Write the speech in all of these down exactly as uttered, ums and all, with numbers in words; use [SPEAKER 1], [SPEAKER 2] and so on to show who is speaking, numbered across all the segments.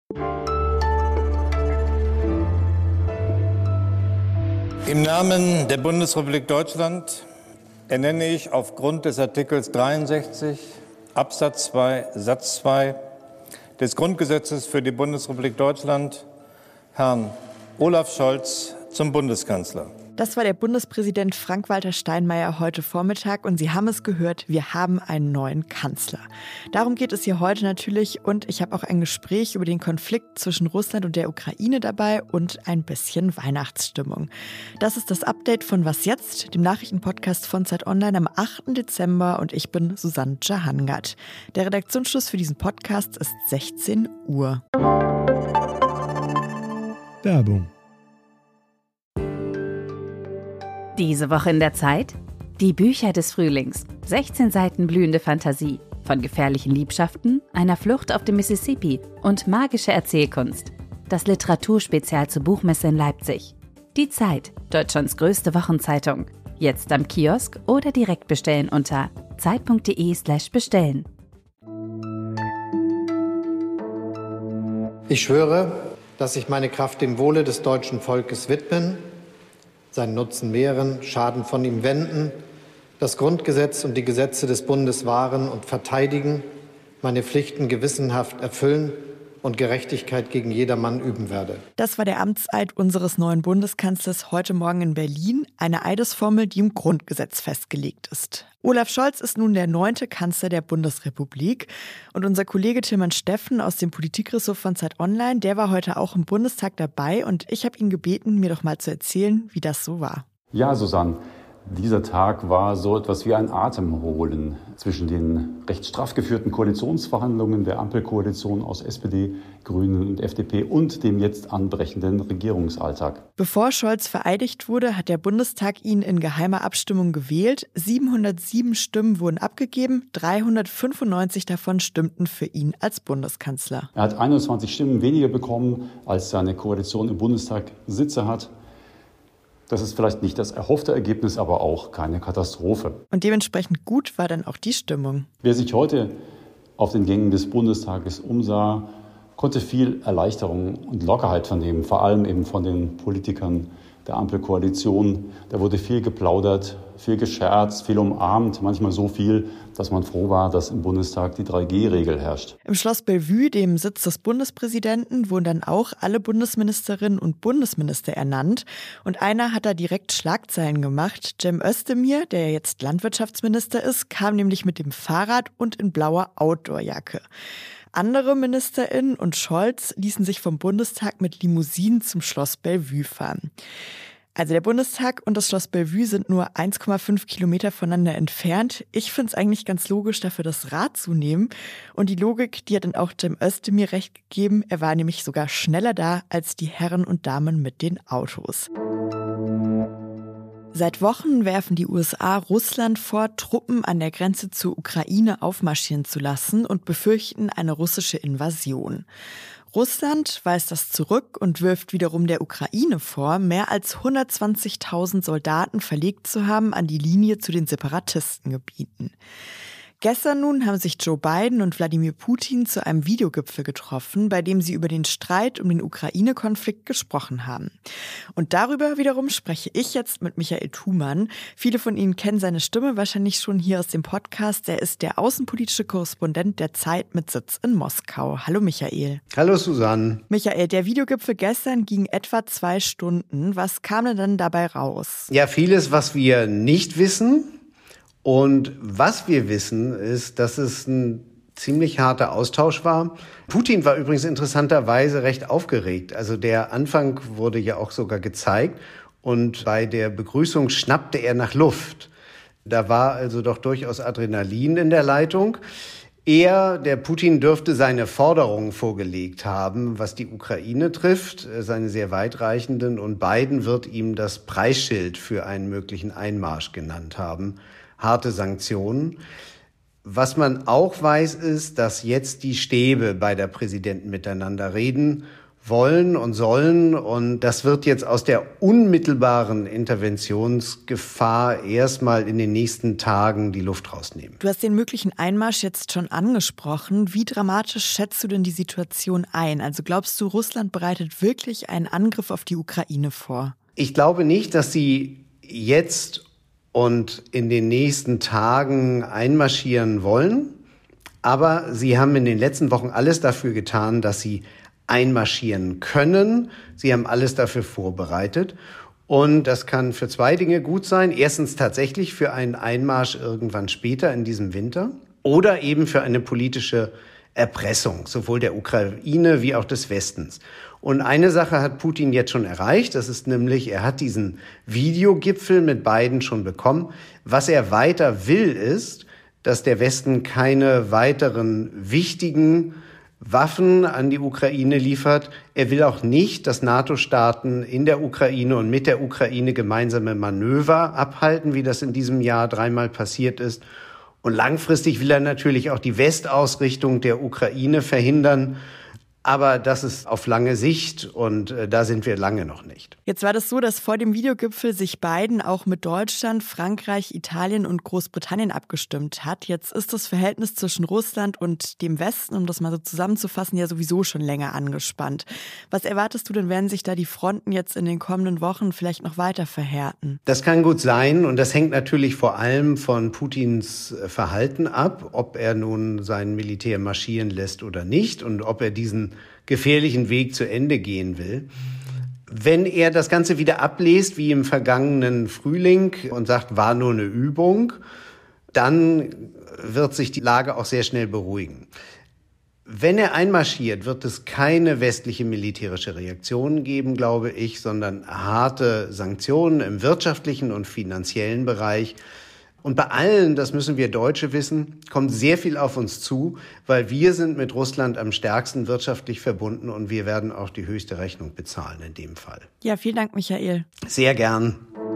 [SPEAKER 1] Im Namen der Bundesrepublik Deutschland ernenne ich aufgrund des Artikels dreiundsechzig Absatz zwei Satz zwei des Grundgesetzes für die Bundesrepublik Deutschland Herrn Olaf Scholz zum Bundeskanzler.
[SPEAKER 2] Das war der Bundespräsident Frank-Walter Steinmeier heute Vormittag und Sie haben es gehört, wir haben einen neuen Kanzler. Darum geht es hier heute natürlich und ich habe auch ein Gespräch über den Konflikt zwischen Russland und der Ukraine dabei und ein bisschen Weihnachtsstimmung. Das ist das Update von Was jetzt?, dem Nachrichtenpodcast von Zeit Online am achten Dezember und ich bin Susanne Jahangard. Der Redaktionsschluss für diesen Podcast ist sechzehn Uhr.
[SPEAKER 3] Werbung.
[SPEAKER 4] Diese Woche in der Zeit? Die Bücher des Frühlings. sechzehn Seiten blühende Fantasie. Von gefährlichen Liebschaften, einer Flucht auf dem Mississippi und magische Erzählkunst. Das Literaturspezial zur Buchmesse in Leipzig. Die Zeit, Deutschlands größte Wochenzeitung. Jetzt am Kiosk oder direkt bestellen unter zeit.de slash bestellen.
[SPEAKER 5] Ich schwöre, dass ich meine Kraft dem Wohle des deutschen Volkes widmen, seinen Nutzen mehren, Schaden von ihm wenden, das Grundgesetz und die Gesetze des Bundes wahren und verteidigen, meine Pflichten gewissenhaft erfüllen und Gerechtigkeit gegen jedermann üben werde.
[SPEAKER 2] Das war der Amtseid unseres neuen Bundeskanzlers heute Morgen in Berlin, eine Eidesformel, die im Grundgesetz festgelegt ist. Olaf Scholz ist nun der neunte Kanzler der Bundesrepublik und unser Kollege Tilman Steffen aus dem Politikressort von Zeit Online, der war heute auch im Bundestag dabei und ich habe ihn gebeten, mir doch mal zu erzählen, wie das so war.
[SPEAKER 6] Ja, Susanne. Dieser Tag war so etwas wie ein Atemholen zwischen den recht straff geführten Koalitionsverhandlungen der Ampelkoalition aus S P D, Grünen und F D P und dem jetzt anbrechenden Regierungsalltag.
[SPEAKER 2] Bevor Scholz vereidigt wurde, hat der Bundestag ihn in geheimer Abstimmung gewählt. siebenhundertsieben Stimmen wurden abgegeben, dreihundertfünfundneunzig davon stimmten für ihn als Bundeskanzler.
[SPEAKER 6] Er hat einundzwanzig Stimmen weniger bekommen, als seine Koalition im Bundestag Sitze hat. Das ist vielleicht nicht das erhoffte Ergebnis, aber auch keine Katastrophe.
[SPEAKER 2] Und dementsprechend gut war dann auch die Stimmung.
[SPEAKER 6] Wer sich heute auf den Gängen des Bundestages umsah, konnte viel Erleichterung und Lockerheit vernehmen, vor allem eben von den Politikern der Ampelkoalition. Da wurde viel geplaudert, viel gescherzt, viel umarmt, manchmal so viel, dass man froh war, dass im Bundestag die drei G Regel herrscht.
[SPEAKER 2] Im Schloss Bellevue, dem Sitz des Bundespräsidenten, wurden dann auch alle Bundesministerinnen und Bundesminister ernannt. Und einer hat da direkt Schlagzeilen gemacht. Cem Özdemir, der jetzt Landwirtschaftsminister ist, kam nämlich mit dem Fahrrad und in blauer Outdoorjacke. Andere MinisterInnen und Scholz ließen sich vom Bundestag mit Limousinen zum Schloss Bellevue fahren. Also der Bundestag und das Schloss Bellevue sind nur eins Komma fünf Kilometer voneinander entfernt. Ich finde es eigentlich ganz logisch, dafür das Rad zu nehmen. Und die Logik, die hat dann auch Cem Özdemir recht gegeben. Er war nämlich sogar schneller da als die Herren und Damen mit den Autos. Seit Wochen werfen die U S A Russland vor, Truppen an der Grenze zur Ukraine aufmarschieren zu lassen und befürchten eine russische Invasion. Russland weist das zurück und wirft wiederum der Ukraine vor, mehr als hundertzwanzigtausend Soldaten verlegt zu haben an die Linie zu den Separatistengebieten. Gestern nun haben sich Joe Biden und Wladimir Putin zu einem Videogipfel getroffen, bei dem sie über den Streit um den Ukraine-Konflikt gesprochen haben. Und darüber wiederum spreche ich jetzt mit Michael Thumann. Viele von Ihnen kennen seine Stimme wahrscheinlich schon hier aus dem Podcast. Er ist der außenpolitische Korrespondent der Zeit mit Sitz in Moskau. Hallo Michael.
[SPEAKER 5] Hallo Susanne.
[SPEAKER 2] Michael, der Videogipfel gestern ging etwa zwei Stunden. Was kam denn dann dabei raus?
[SPEAKER 5] Ja, vieles, was wir nicht wissen. Und was wir wissen, ist, dass es ein ziemlich harter Austausch war. Putin war übrigens interessanterweise recht aufgeregt. Also der Anfang wurde ja auch sogar gezeigt. Und bei der Begrüßung schnappte er nach Luft. Da war also doch durchaus Adrenalin in der Leitung. Er, der Putin, dürfte seine Forderungen vorgelegt haben, was die Ukraine trifft, seine sehr weitreichenden. Und Biden wird ihm das Preisschild für einen möglichen Einmarsch genannt haben. Harte Sanktionen. Was man auch weiß, ist, dass jetzt die Stäbe bei der Präsidenten miteinander reden wollen und sollen. Und das wird jetzt aus der unmittelbaren Interventionsgefahr erstmal in den nächsten Tagen die Luft rausnehmen.
[SPEAKER 2] Du hast den möglichen Einmarsch jetzt schon angesprochen. Wie dramatisch schätzt du denn die Situation ein? Also glaubst du, Russland bereitet wirklich einen Angriff auf die Ukraine vor?
[SPEAKER 5] Ich glaube nicht, dass sie jetzt und in den nächsten Tagen einmarschieren wollen. Aber sie haben in den letzten Wochen alles dafür getan, dass sie einmarschieren können. Sie haben alles dafür vorbereitet. Und das kann für zwei Dinge gut sein. Erstens tatsächlich für einen Einmarsch irgendwann später in diesem Winter oder eben für eine politische Erpressung, sowohl der Ukraine wie auch des Westens. Und eine Sache hat Putin jetzt schon erreicht, das ist nämlich, er hat diesen Videogipfel mit Biden schon bekommen. Was er weiter will, ist, dass der Westen keine weiteren wichtigen Waffen an die Ukraine liefert. Er will auch nicht, dass NATO-Staaten in der Ukraine und mit der Ukraine gemeinsame Manöver abhalten, wie das in diesem Jahr dreimal passiert ist. Und langfristig will er natürlich auch die Westausrichtung der Ukraine verhindern. Aber das ist auf lange Sicht und äh, da sind wir lange noch nicht.
[SPEAKER 2] Jetzt war das so, dass vor dem Videogipfel sich Biden auch mit Deutschland, Frankreich, Italien und Großbritannien abgestimmt hat. Jetzt ist das Verhältnis zwischen Russland und dem Westen, um das mal so zusammenzufassen, ja sowieso schon länger angespannt. Was erwartest du denn, werden sich da die Fronten jetzt in den kommenden Wochen vielleicht noch weiter verhärten?
[SPEAKER 5] Das kann gut sein und das hängt natürlich vor allem von Putins Verhalten ab, ob er nun sein Militär marschieren lässt oder nicht und ob er diesen gefährlichen Weg zu Ende gehen will. Wenn er das Ganze wieder ablest, wie im vergangenen Frühling und sagt, war nur eine Übung, dann wird sich die Lage auch sehr schnell beruhigen. Wenn er einmarschiert, wird es keine westliche militärische Reaktion geben, glaube ich, sondern harte Sanktionen im wirtschaftlichen und finanziellen Bereich. Und bei allen, das müssen wir Deutsche wissen, kommt sehr viel auf uns zu, weil wir sind mit Russland am stärksten wirtschaftlich verbunden und wir werden auch die höchste Rechnung bezahlen in dem Fall.
[SPEAKER 2] Ja, vielen Dank, Michael.
[SPEAKER 5] Sehr gern.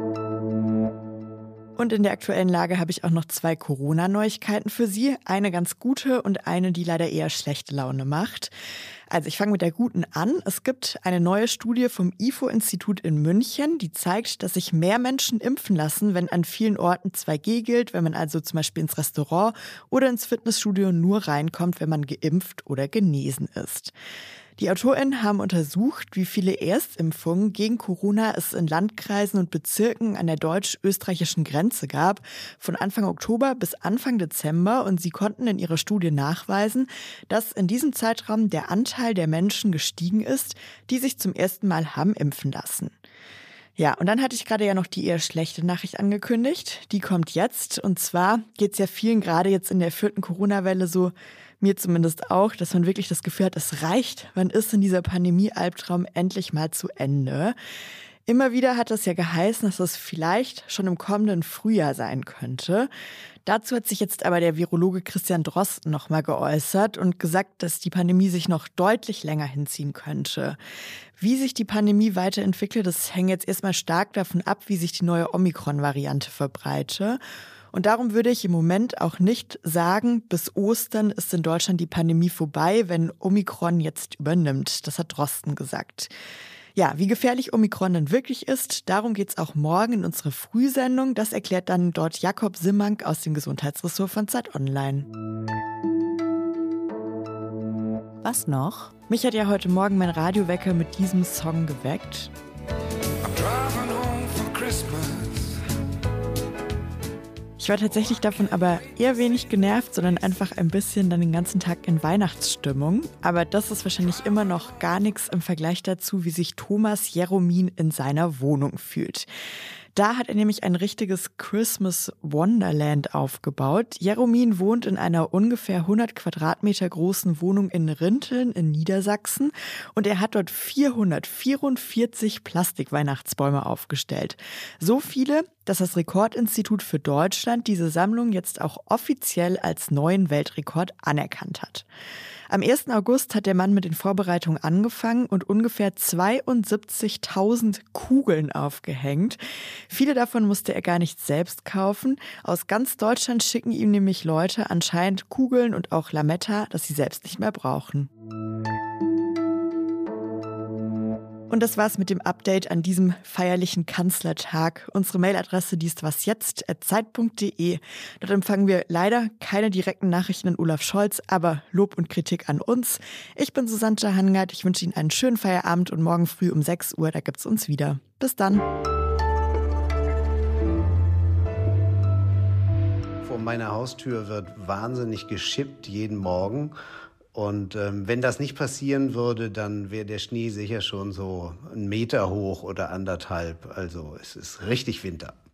[SPEAKER 2] Und in der aktuellen Lage habe ich auch noch zwei Corona-Neuigkeiten für Sie. Eine ganz gute und eine, die leider eher schlechte Laune macht. Also ich fange mit der guten an. Es gibt eine neue Studie vom I F O-Institut in München, die zeigt, dass sich mehr Menschen impfen lassen, wenn an vielen Orten zwei G gilt, wenn man also zum Beispiel ins Restaurant oder ins Fitnessstudio nur reinkommt, wenn man geimpft oder genesen ist. Die AutorInnen haben untersucht, wie viele Erstimpfungen gegen Corona es in Landkreisen und Bezirken an der deutsch-österreichischen Grenze gab, von Anfang Oktober bis Anfang Dezember. Und sie konnten in ihrer Studie nachweisen, dass in diesem Zeitraum der Anteil der Menschen gestiegen ist, die sich zum ersten Mal haben impfen lassen. Ja, und dann hatte ich gerade ja noch die eher schlechte Nachricht angekündigt. Die kommt jetzt. Und zwar geht es ja vielen gerade jetzt in der vierten Corona-Welle so, mir zumindest auch, dass man wirklich das Gefühl hat, es reicht. Wann ist denn dieser Pandemie-Albtraum endlich mal zu Ende? Immer wieder hat es ja geheißen, dass es vielleicht schon im kommenden Frühjahr sein könnte. Dazu hat sich jetzt aber der Virologe Christian Drosten nochmal geäußert und gesagt, dass die Pandemie sich noch deutlich länger hinziehen könnte. Wie sich die Pandemie weiterentwickelt, das hängt jetzt erstmal stark davon ab, wie sich die neue Omikron-Variante verbreite. Und darum würde ich im Moment auch nicht sagen, bis Ostern ist in Deutschland die Pandemie vorbei, wenn Omikron jetzt übernimmt. Das hat Drosten gesagt. Ja, wie gefährlich Omikron denn wirklich ist, darum geht's auch morgen in unserer Frühsendung. Das erklärt dann dort Jakob Simmank aus dem Gesundheitsressort von Zeit Online.
[SPEAKER 3] Was noch?
[SPEAKER 2] Mich hat ja heute Morgen mein Radiowecker mit diesem Song geweckt. I'm driving home for Christmas. Ich war tatsächlich davon aber eher wenig genervt, sondern einfach ein bisschen dann den ganzen Tag in Weihnachtsstimmung. Aber das ist wahrscheinlich immer noch gar nichts im Vergleich dazu, wie sich Thomas Jeromin in seiner Wohnung fühlt. Da hat er nämlich ein richtiges Christmas Wonderland aufgebaut. Jeromin wohnt in einer ungefähr hundert Quadratmeter großen Wohnung in Rinteln in Niedersachsen und er hat dort vierhundertvierundvierzig Plastikweihnachtsbäume aufgestellt. So viele, dass das Rekordinstitut für Deutschland diese Sammlung jetzt auch offiziell als neuen Weltrekord anerkannt hat. Am ersten August hat der Mann mit den Vorbereitungen angefangen und ungefähr zweiundsiebzigtausend Kugeln aufgehängt. Viele davon musste er gar nicht selbst kaufen. Aus ganz Deutschland schicken ihm nämlich Leute anscheinend Kugeln und auch Lametta, das sie selbst nicht mehr brauchen. Und das war's mit dem Update an diesem feierlichen Kanzlertag. Unsere Mailadresse, die ist wasjetzt at zeit punkt de. Dort empfangen wir leider keine direkten Nachrichten an Olaf Scholz, aber Lob und Kritik an uns. Ich bin Susanne Hangard. Ich wünsche Ihnen einen schönen Feierabend und morgen früh um sechs Uhr, da gibt's uns wieder. Bis dann.
[SPEAKER 5] Vor meiner Haustür wird wahnsinnig geschippt jeden Morgen. Und ähm, wenn das nicht passieren würde, dann wäre der Schnee sicher schon so einen Meter hoch oder anderthalb. Also es ist richtig Winter.